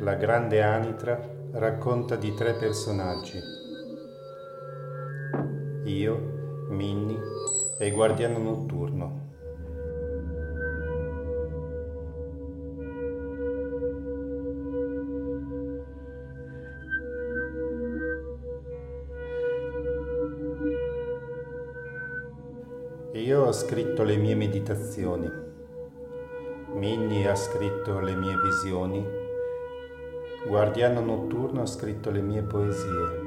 La grande anitra racconta di 3 personaggi: io, Minnie e il guardiano notturno. Io ho scritto le mie meditazioni, Minnie ha scritto le mie visioni, Guardiano notturno ha scritto le mie poesie.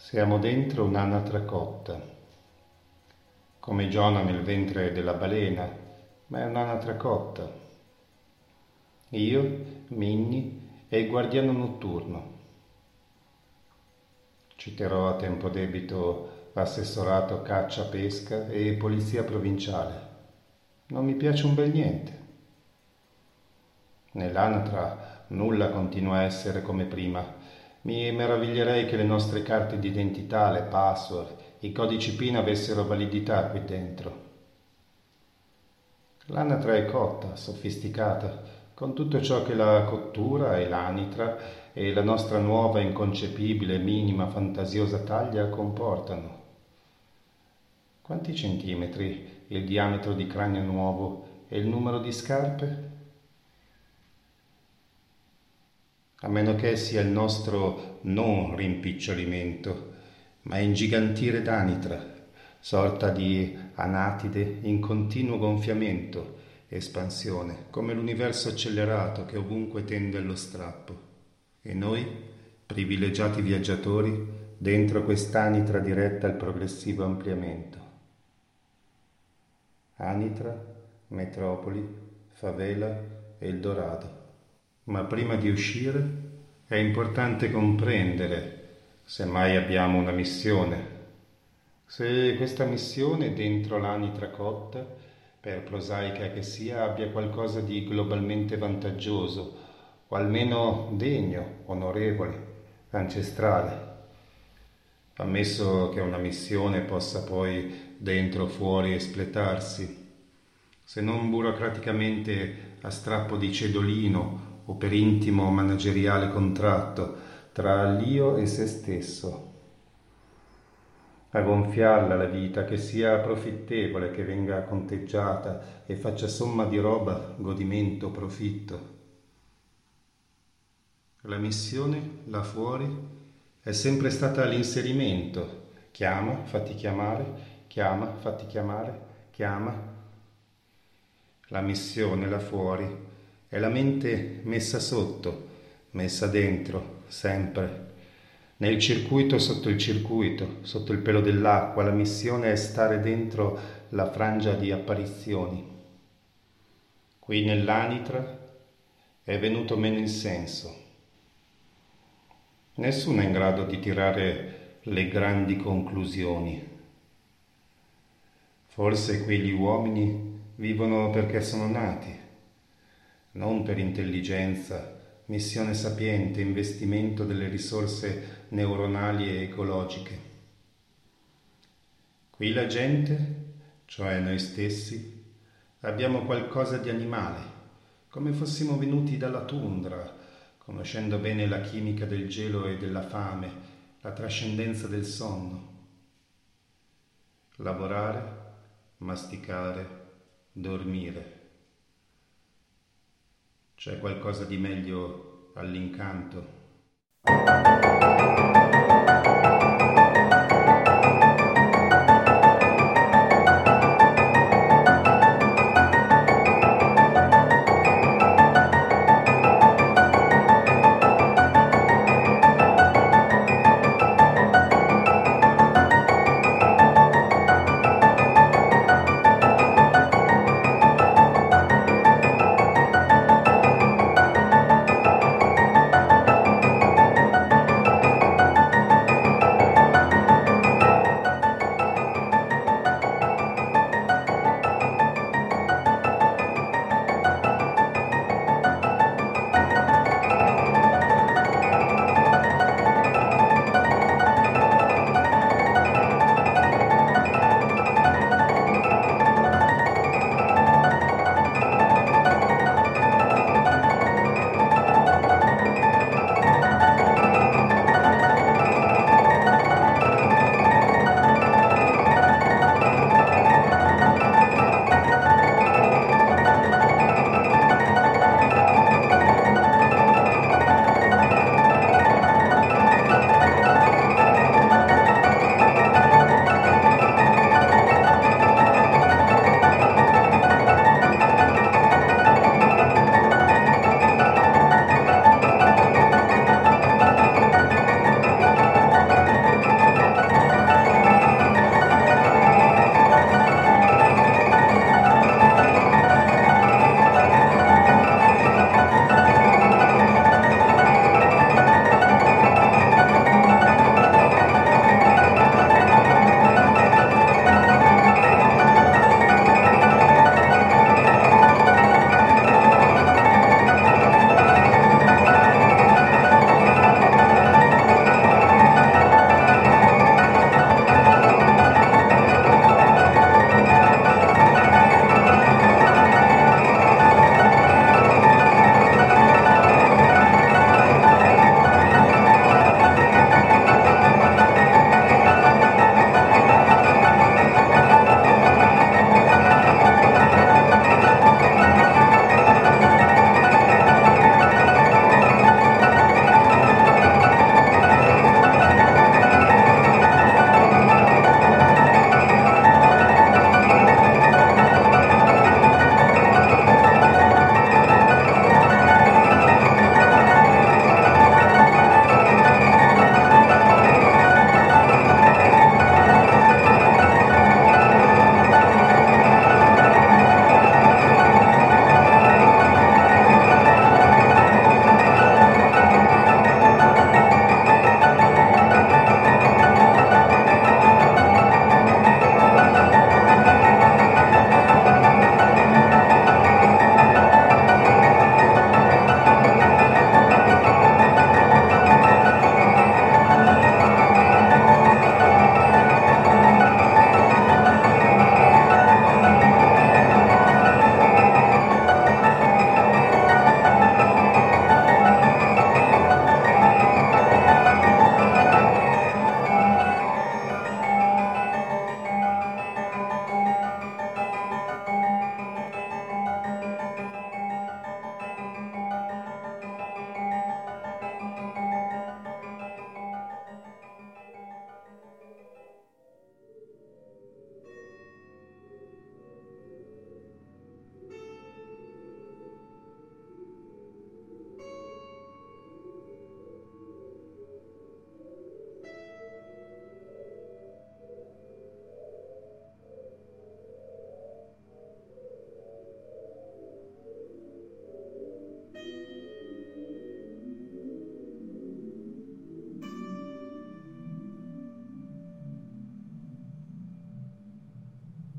Siamo dentro un'anatra cotta, come Giona nel ventre della balena, ma è un'anatra cotta. Io, Minni e il guardiano notturno. Citerò a tempo debito assessorato caccia, pesca e polizia provinciale. Non mi piace un bel niente. Nell'anatra nulla continua a essere come prima. Mi meraviglierei che le nostre carte d'identità, le password, i codici PIN avessero validità qui dentro. L'anatra è cotta, sofisticata, con tutto ciò che la cottura e l'anitra e la nostra nuova, inconcepibile, minima, fantasiosa taglia comportano. Quanti centimetri il diametro di cranio nuovo e il numero di scarpe? A meno che sia il nostro non rimpicciolimento, ma ingigantire d'anitra, sorta di anatide in continuo gonfiamento, espansione, come l'universo accelerato che ovunque tende allo strappo. E noi, privilegiati viaggiatori, dentro quest'anitra diretta al progressivo ampliamento. Anitra, metropoli, favela, Eldorado. Ma prima di uscire è importante comprendere, se mai abbiamo una missione. Se questa missione dentro l'anitra cotta, per prosaica che sia, abbia qualcosa di globalmente vantaggioso, o almeno degno, onorevole, ancestrale. Ammesso che una missione possa poi dentro o fuori espletarsi, se non burocraticamente a strappo di cedolino o per intimo manageriale contratto tra l'io e se stesso. A gonfiarla la vita, che sia profittevole, che venga conteggiata e faccia somma di roba, godimento, profitto. La missione, là fuori, è sempre stata l'inserimento. Chiama, fatti chiamare, chiama, fatti chiamare, chiama. La missione, là fuori, è la mente messa sotto, messa dentro, sempre. Nel circuito, sotto il pelo dell'acqua, la missione è stare dentro la frangia di apparizioni. Qui nell'anitra è venuto meno il senso. Nessuno è in grado di tirare le grandi conclusioni. Forse qui gli uomini vivono perché sono nati, non per intelligenza, missione sapiente, investimento delle risorse neuronali e ecologiche. Qui la gente, cioè noi stessi, abbiamo qualcosa di animale, come fossimo venuti dalla tundra, conoscendo bene la chimica del gelo e della fame, la trascendenza del sonno. Lavorare, masticare, dormire. C'è qualcosa di meglio all'incanto?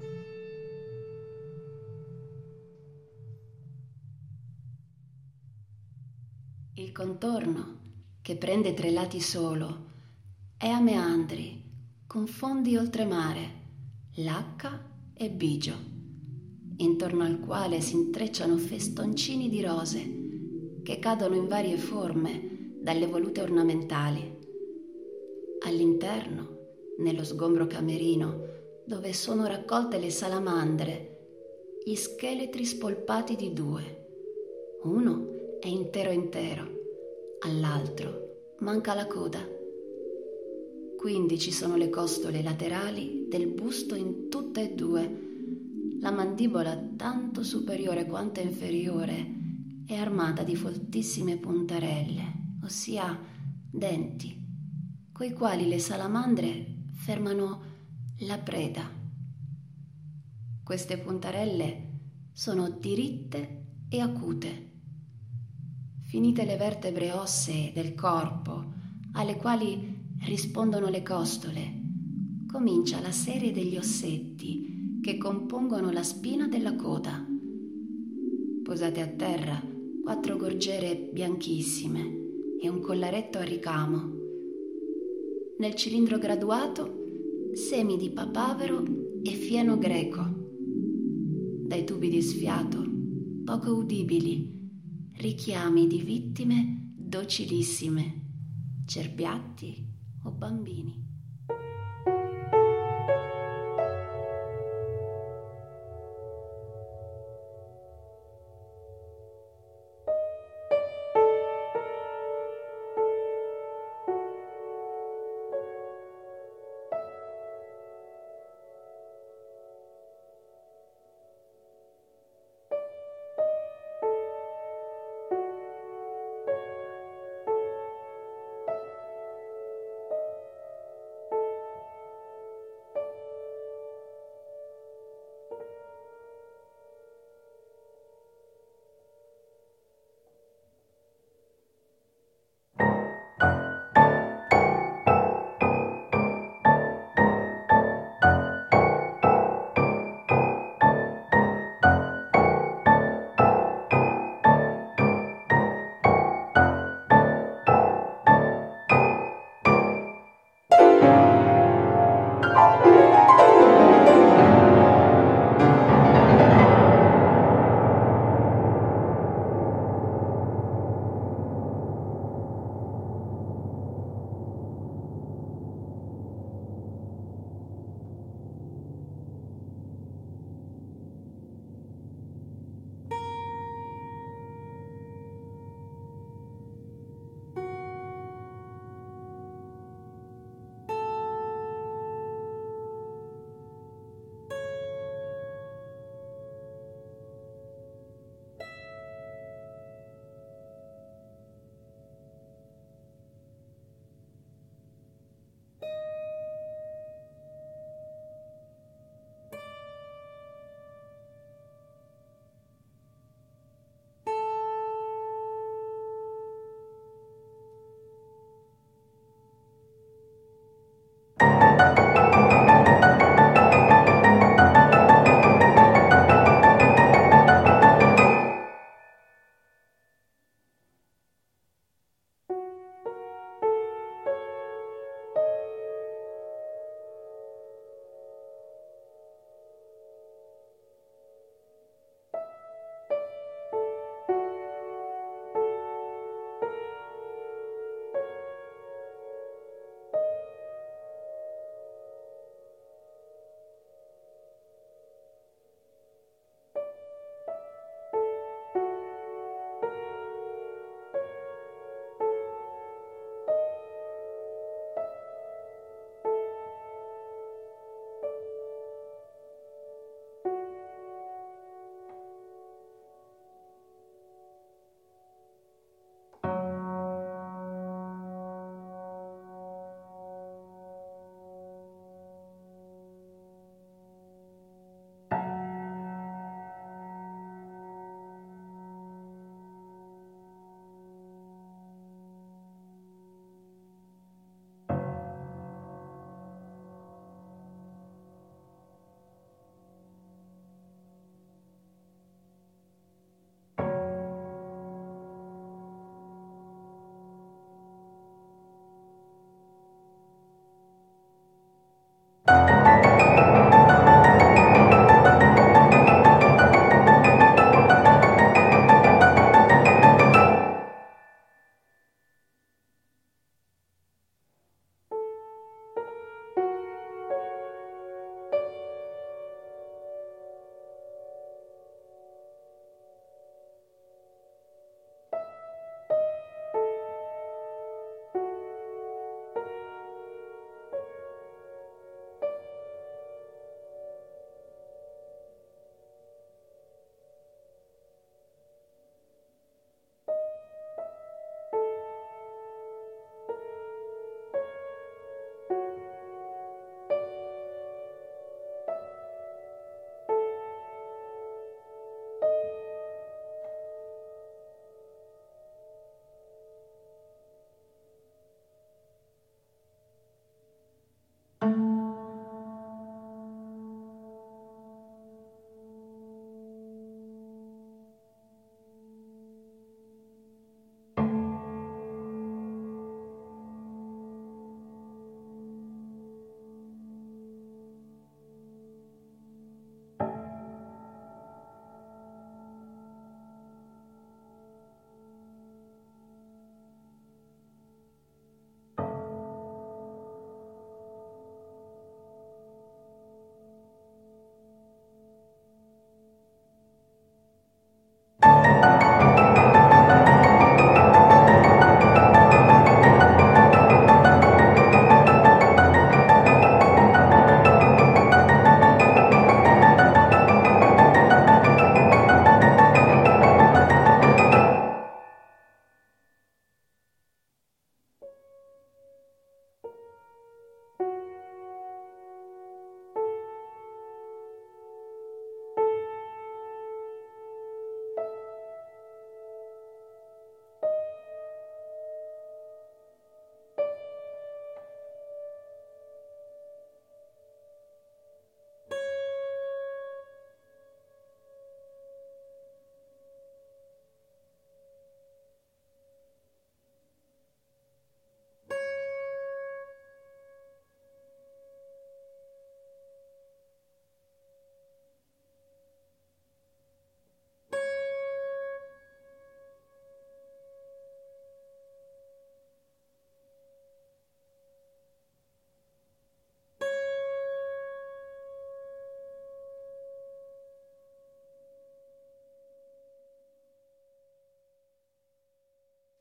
Il contorno, che prende 3 lati solo, è a meandri, con fondi oltremare, Lacca e Bigio, intorno al quale si intrecciano festoncini di rose che cadono in varie forme dalle volute ornamentali. All'interno, nello sgombro camerino, dove sono raccolte le salamandre, gli scheletri spolpati di 2. Uno è intero, all'altro manca la coda. Quindi ci sono le costole laterali del busto in tutte e 2. La mandibola, tanto superiore quanto inferiore, è armata di foltissime puntarelle, ossia denti, coi quali le salamandre fermano la preda. Queste puntarelle sono diritte e acute. Finite le vertebre ossee del corpo, alle quali rispondono le costole, comincia la serie degli ossetti che compongono la spina della coda. Posate a terra 4 gorgiere bianchissime e un collaretto a ricamo. Nel cilindro graduato semi di papavero e fieno greco. Dai tubi di sfiato, poco udibili, richiami di vittime docilissime, cerbiatti o bambini.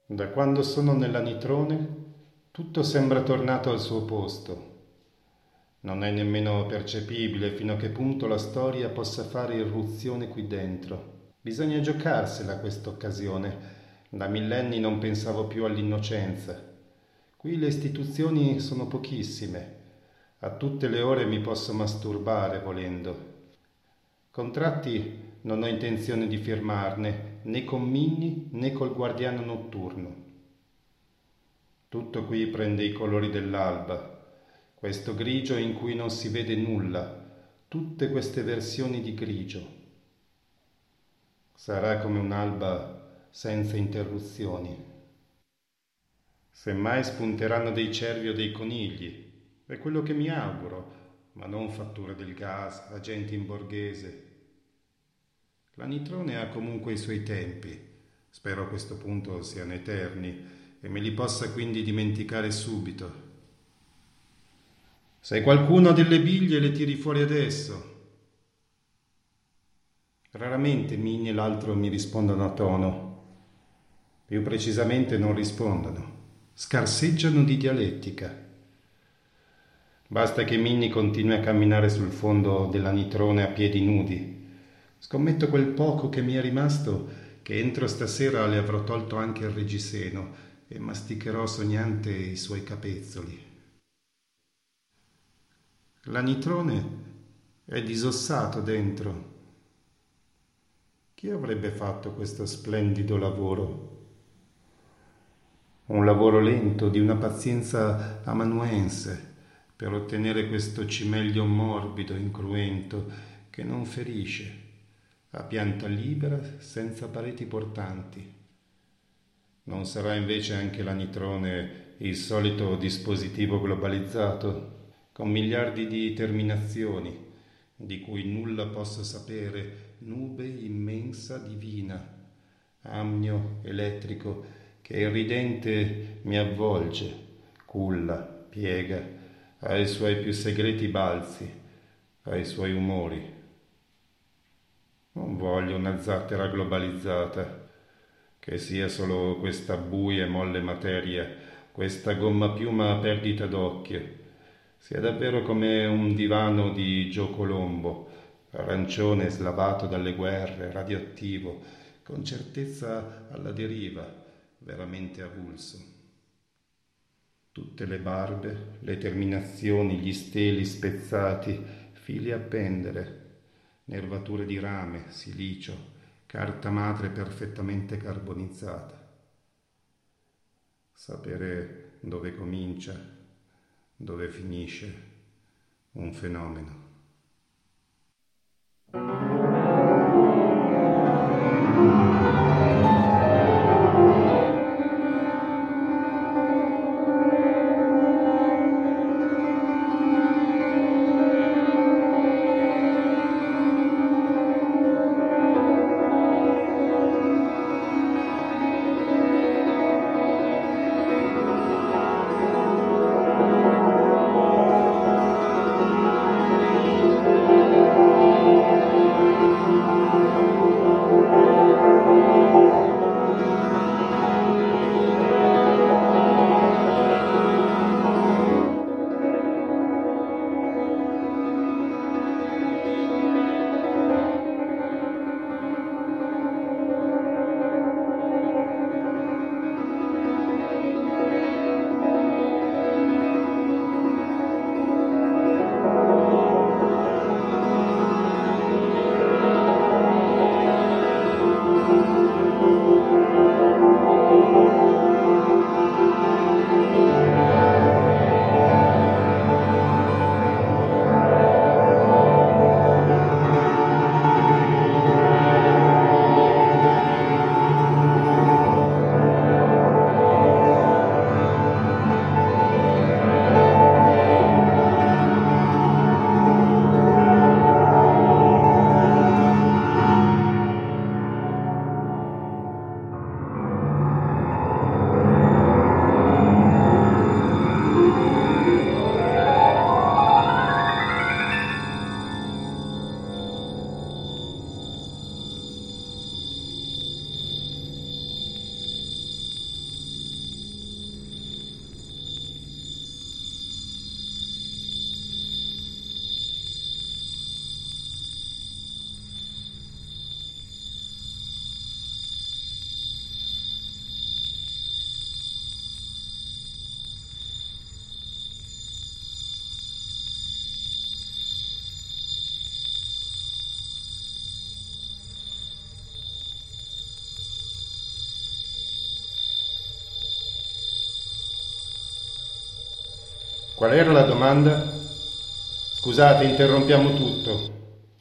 Da quando sono nella nitrone, tutto sembra tornato al suo posto. Non è nemmeno percepibile fino a che punto la storia possa fare irruzione qui dentro. Bisogna giocarsela questa occasione. Da millenni non pensavo più all'innocenza. Qui le istituzioni sono pochissime. A tutte le ore mi posso masturbare volendo. Contratti non ho intenzione di firmarne, né con Minni né col guardiano notturno. Tutto qui prende i colori dell'alba, questo grigio in cui non si vede nulla, tutte queste versioni di grigio. Sarà come un'alba senza interruzioni. Semmai spunteranno dei cervi o dei conigli, è quello che mi auguro, ma non fatture del gas, agenti in borghese. La nitrone ha comunque i suoi tempi, spero a questo punto siano eterni e me li possa quindi dimenticare subito. Se qualcuno ha delle biglie le tiri fuori adesso. Raramente Minnie e l'altro mi rispondono a tono, più precisamente non rispondono, scarseggiano di dialettica. Basta che Minnie continui a camminare sul fondo della nitrone a piedi nudi. Scommetto quel poco che mi è rimasto che entro stasera le avrò tolto anche il reggiseno e masticherò sognante i suoi capezzoli. La nitrone è disossato dentro. Chi avrebbe fatto questo splendido lavoro? Un lavoro lento, di una pazienza amanuense, per ottenere questo cimelio morbido, incruento, che non ferisce, a pianta libera, senza pareti portanti. Non sarà invece anche la nitrone il solito dispositivo globalizzato, con miliardi di terminazioni, di cui nulla posso sapere, nube immensa divina, amnio elettrico che irridente mi avvolge, culla, piega, ha i suoi più segreti balzi, ha i suoi umori. Non voglio una zattera globalizzata, che sia solo questa buia e molle materia, questa gomma piuma a perdita d'occhio, sia davvero come un divano di Gio Colombo, arancione slavato dalle guerre, radioattivo, con certezza alla deriva, veramente avulso. Tutte le barbe, le terminazioni, gli steli spezzati, fili a pendere, nervature di rame, silicio, carta madre perfettamente carbonizzata. Sapere dove comincia, dove finisce un fenomeno. Qual era la domanda? Scusate, interrompiamo tutto.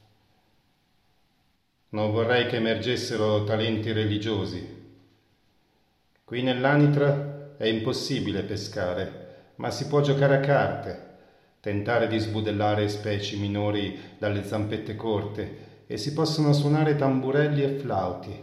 Non vorrei che emergessero talenti religiosi. Qui nell'Anitra è impossibile pescare, ma si può giocare a carte, tentare di sbudellare specie minori dalle zampette corte e si possono suonare tamburelli e flauti.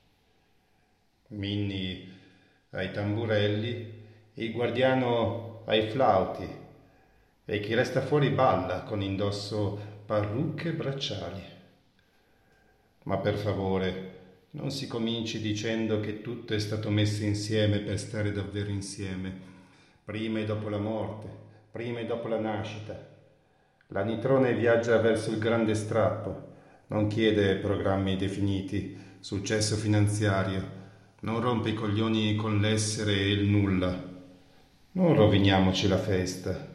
Minni ai tamburelli e il guardiano ai flauti e chi resta fuori balla con indosso parrucche e bracciali. Ma per favore, non si cominci dicendo che tutto è stato messo insieme per stare davvero insieme, prima e dopo la morte, prima e dopo la nascita. L'anitrone viaggia verso il grande strappo, non chiede programmi definiti, successo finanziario, non rompe i coglioni con l'essere e il nulla. Non roviniamoci la festa.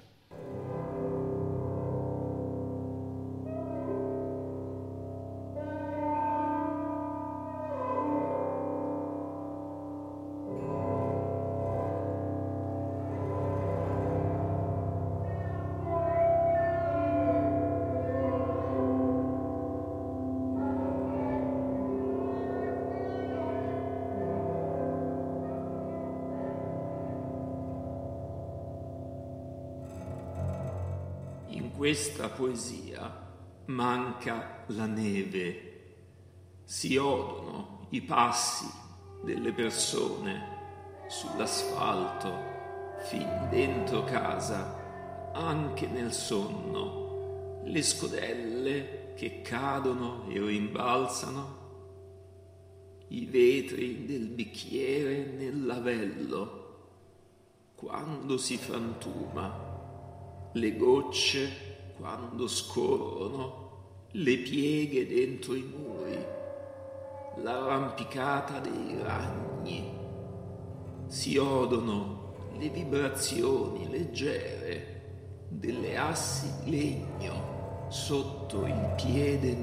In questa poesia manca la neve, si odono i passi delle persone sull'asfalto, fin dentro casa, anche nel sonno, le scodelle che cadono e rimbalzano, i vetri del bicchiere nel lavello, quando si frantuma, le gocce quando scorrono, le pieghe dentro i muri, l'arrampicata dei ragni. Si odono le vibrazioni leggere delle assi di legno sotto il piede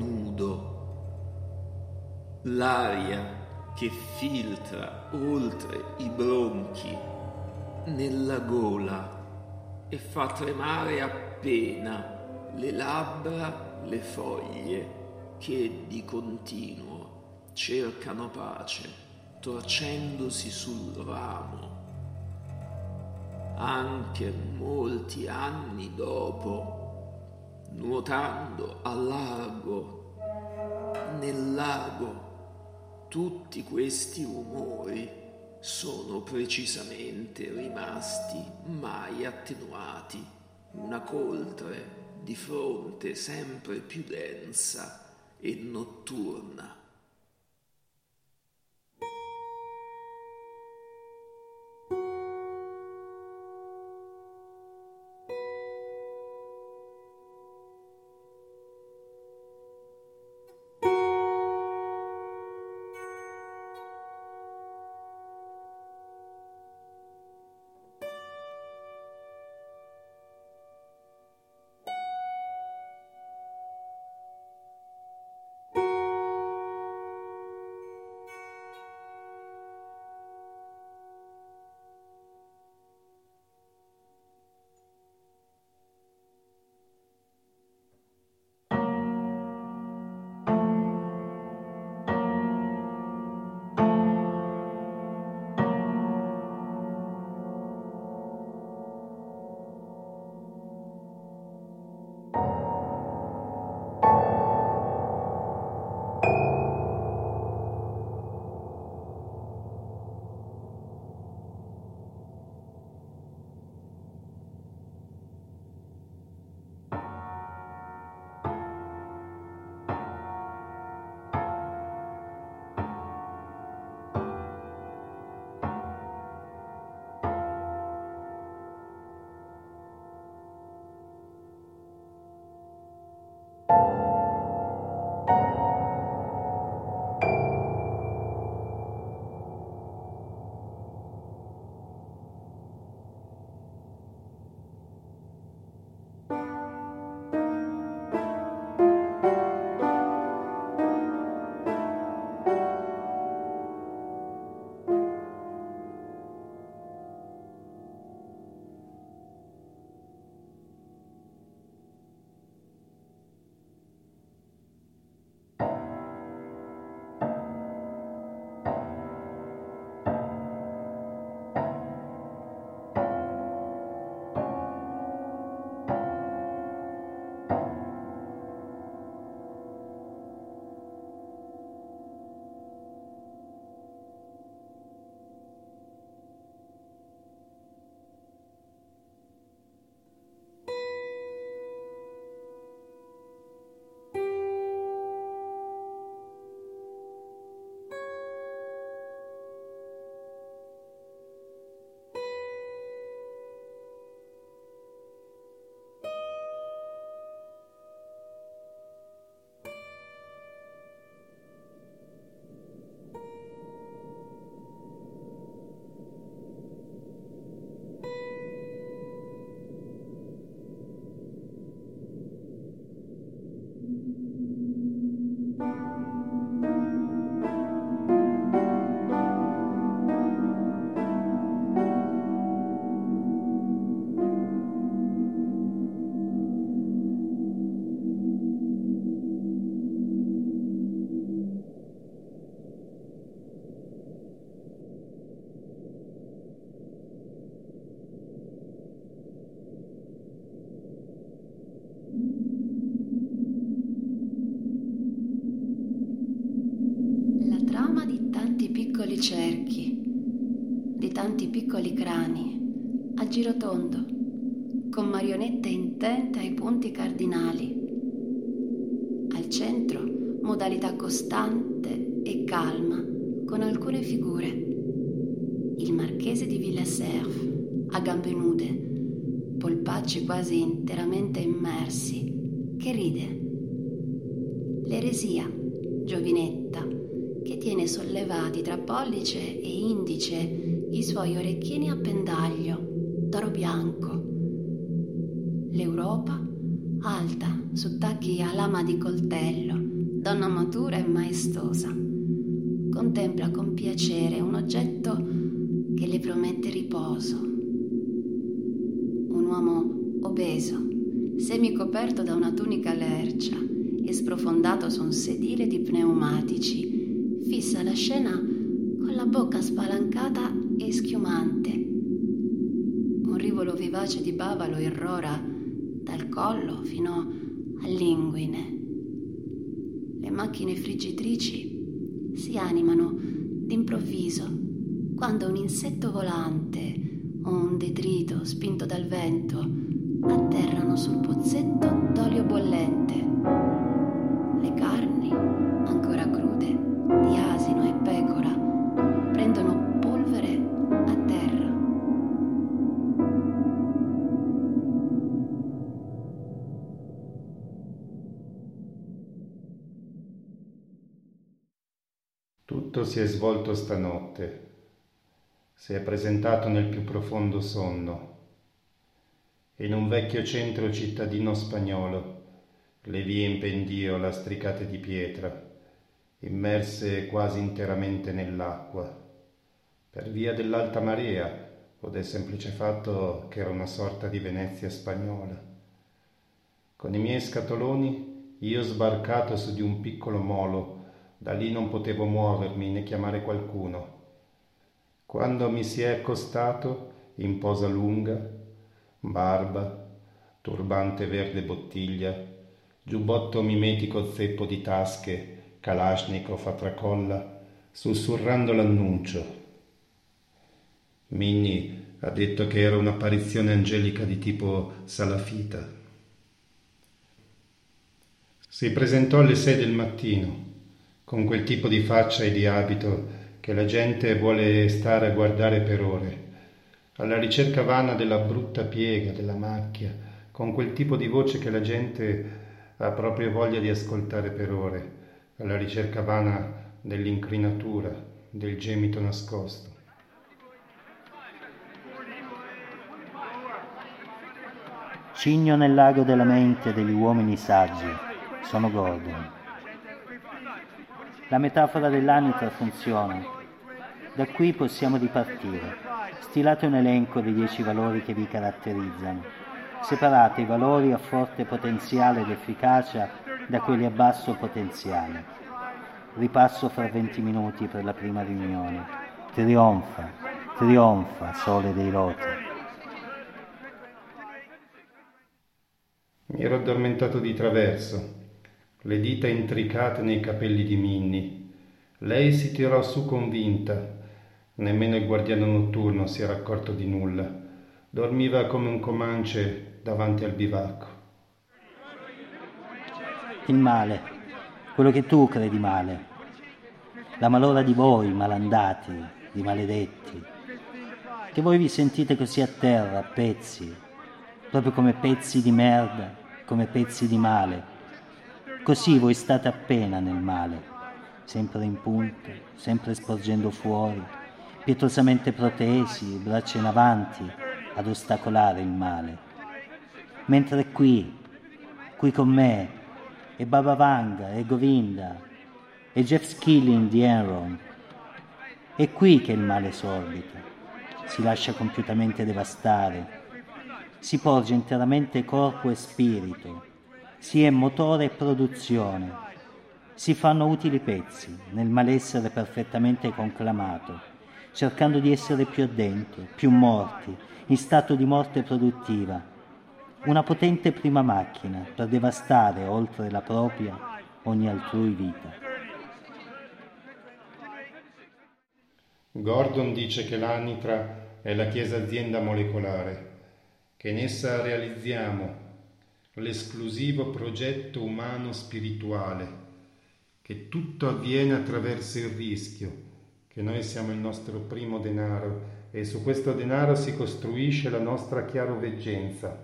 nudo. L'aria che filtra oltre i bronchi nella gola e fa tremare appena le labbra, le foglie che di continuo cercano pace, torcendosi sul ramo. Anche molti anni dopo, nuotando a largo nel lago, tutti questi rumori sono precisamente rimasti mai attenuati, una coltre di fronte sempre più densa e notturna. piccoli cerchi, di tanti piccoli crani, a girotondo, con marionette intente ai punti cardinali. Al centro, modalità costante e calma, con alcune figure. Il marchese di Villacerf, a gambe nude, polpacci quasi interamente immersi, che ride. L'eresia, giovinetta, che tiene sollevati tra pollice e indice i suoi orecchini a pendaglio, d'oro bianco. L'Europa, alta, su tacchi a lama di coltello, donna matura e maestosa, contempla con piacere un oggetto che le promette riposo. Un uomo obeso, semicoperto da una tunica lercia e sprofondato su un sedile di pneumatici, fissa la scena con la bocca spalancata e schiumante. Un rivolo vivace di bavalo irrora dal collo fino all'inguine. Le macchine friggitrici si animano d'improvviso quando un insetto volante o un detrito spinto dal vento atterrano sul pozzetto d'olio bollente. Le carni, ancora crude, di asino e pecora, prendono polvere a terra. Tutto si è svolto stanotte, si è presentato nel più profondo sonno. In un vecchio centro cittadino spagnolo, le vie in pendio lastricate di pietra, immerse quasi interamente nell'acqua, per via dell'alta marea o del semplice fatto che era una sorta di Venezia spagnola. Con i miei scatoloni io sbarcato su di un piccolo molo, da lì non potevo muovermi né chiamare qualcuno. Quando mi si è accostato, in posa lunga, barba, turbante verde bottiglia, giubbotto mimetico zeppo di tasche, Kalashnikov a tracolla, sussurrando l'annuncio. Minnie ha detto che era un'apparizione angelica di tipo salafita. Si presentò alle 6 del mattino, con quel tipo di faccia e di abito che la gente vuole stare a guardare per ore, alla ricerca vana della brutta piega, della macchia, con quel tipo di voce che la gente ha proprio voglia di ascoltare per ore, alla ricerca vana dell'incrinatura, del gemito nascosto. Cigno nel lago della mente degli uomini saggi, sono Gordon. La metafora dell'anitra funziona. Da qui possiamo ripartire. Stilate un elenco dei 10 valori che vi caratterizzano. Separate i valori a forte potenziale ed efficacia da quelli a basso potenziale. Ripasso fra 20 minuti per la prima riunione. Trionfa, trionfa, sole dei roti. Mi ero addormentato di traverso, le dita intricate nei capelli di Minnie. Lei si tirò su convinta. Nemmeno il guardiano notturno si era accorto di nulla. Dormiva come un comance davanti al bivacco. Il male, quello che tu credi male, la malora di voi malandati, di maledetti, che voi vi sentite così a terra, a pezzi, proprio come pezzi di merda, come pezzi di male. Così voi state appena nel male, sempre in punta, sempre sporgendo fuori, pietosamente protesi, braccia in avanti, ad ostacolare il male. Mentre qui con me, e Baba Vanga, e Govinda, e Jeff Skilling di Enron, è qui che il male sorbita, si lascia compiutamente devastare, si porge interamente corpo e spirito, si è motore e produzione, si fanno utili pezzi nel malessere perfettamente conclamato, cercando di essere più addentro, più morti, in stato di morte produttiva, una potente prima macchina per devastare oltre la propria ogni altrui vita. Gordon dice che l'anitra è la chiesa azienda molecolare, che in essa realizziamo l'esclusivo progetto umano spirituale, che tutto avviene attraverso il rischio, che noi siamo il nostro primo denaro e su questo denaro si costruisce la nostra chiaroveggenza.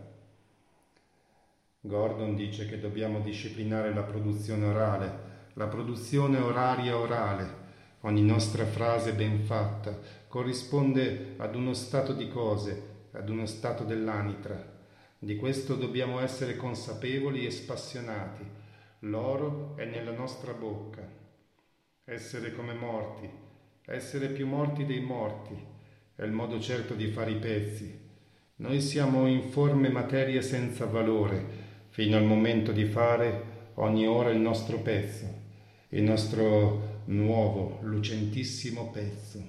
Gordon dice che dobbiamo disciplinare la produzione orale, la produzione oraria orale. Ogni nostra frase ben fatta corrisponde ad uno stato di cose, ad uno stato dell'anitra. Di questo dobbiamo essere consapevoli e spassionati. L'oro è nella nostra bocca. Essere come morti, essere più morti dei morti, è il modo certo di fare i pezzi. Noi siamo informe materie senza valore, fino al momento di fare ogni ora il nostro pezzo, il nostro nuovo, lucentissimo pezzo.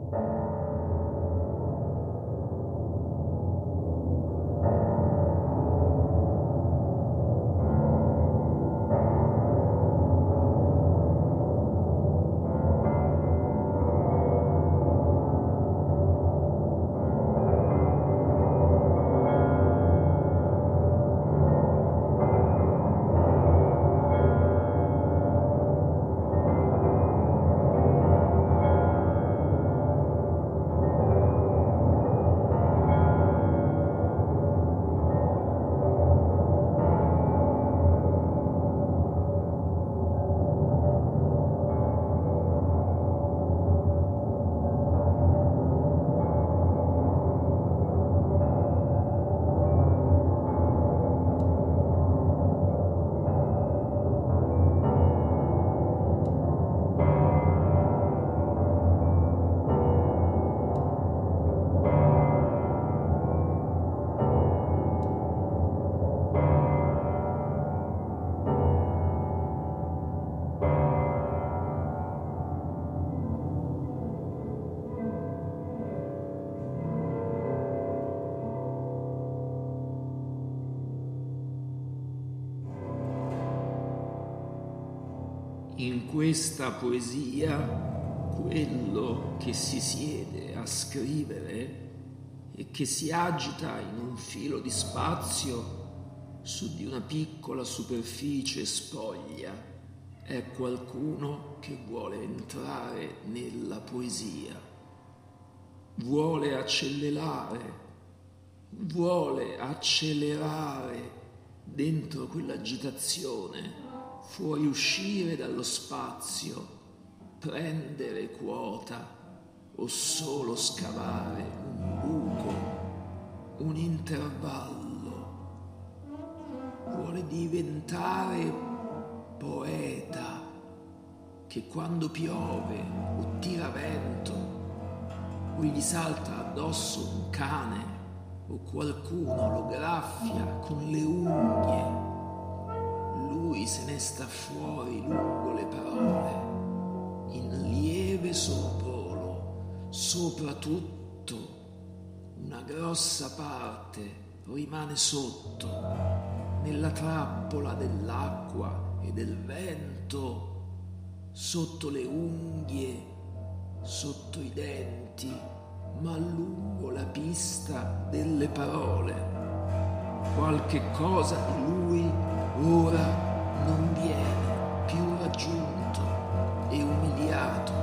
In questa poesia, quello che si siede a scrivere e che si agita in un filo di spazio su di una piccola superficie spoglia è qualcuno che vuole entrare nella poesia, vuole accelerare dentro quell'agitazione, fuoriuscire dallo spazio, prendere quota o solo scavare un buco, un intervallo. Vuole diventare poeta che quando piove o tira vento o gli salta addosso un cane o qualcuno lo graffia con le unghie, lui se ne sta fuori lungo le parole, in lieve sorvolo, soprattutto una grossa parte rimane sotto, nella trappola dell'acqua e del vento, sotto le unghie, sotto i denti, ma lungo la pista delle parole. Qualche cosa di lui ora non viene più raggiunto e umiliato.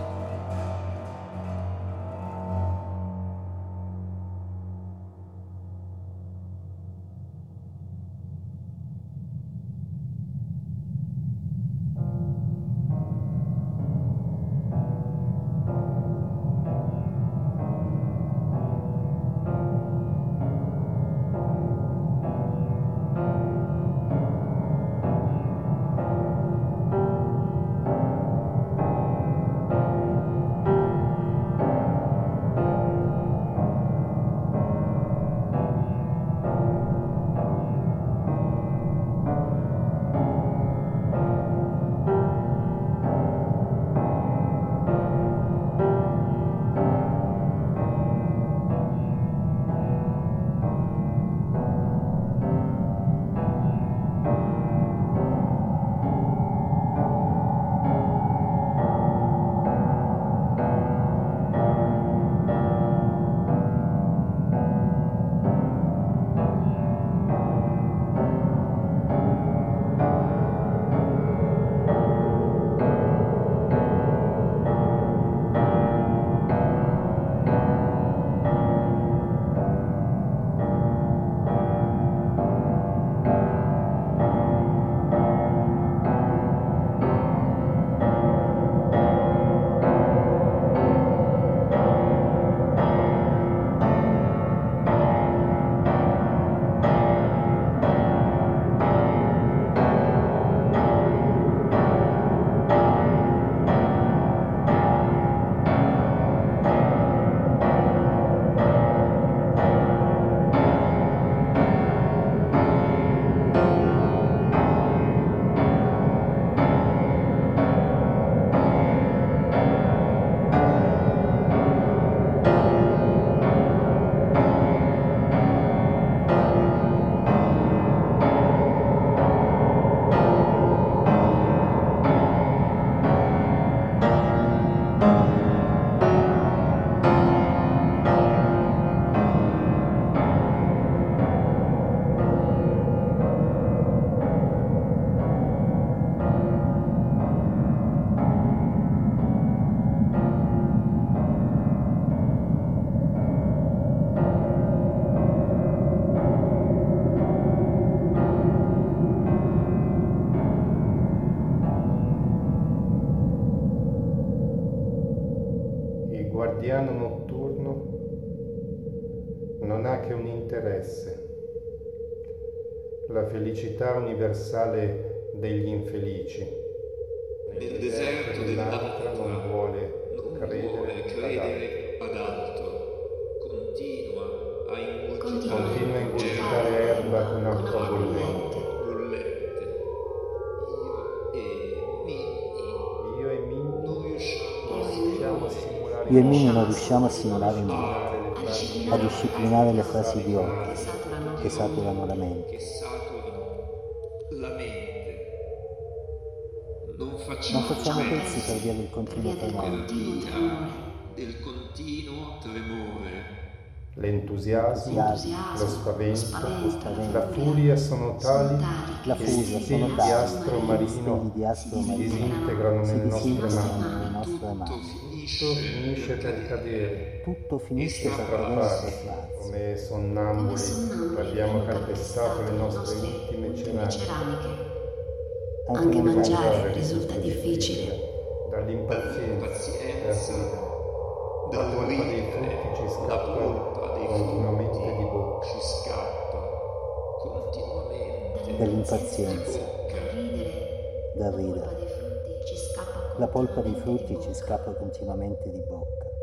guardiano notturno non ha che un interesse, la felicità universale degli infelici. Nel deserto dell'altra non vuole credere ad altro, continua a ingurgitare erba con acqua bollente. Io e Minnie non riusciamo a simulare niente, a disciplinare le frasi idiote che saturano la mente. Non facciamo pezzi per via del continuo tremore. Del continuo tremore. L'entusiasmo, lo spavento, la furia sono tali che steli di astro marino si disintegrano nelle nostre mani. Tutto finisce per cadere. Tutto finisce per cadere. Come sonnambuli abbiamo calpestato le nostre ultime ceramiche. Anche mangiare risulta difficile. Dall'impazienza, la polpa dei frutti ci scappa continuamente di bocca. Dall'impazienza, da ridere. La polpa dei frutti ci scappa continuamente di bocca.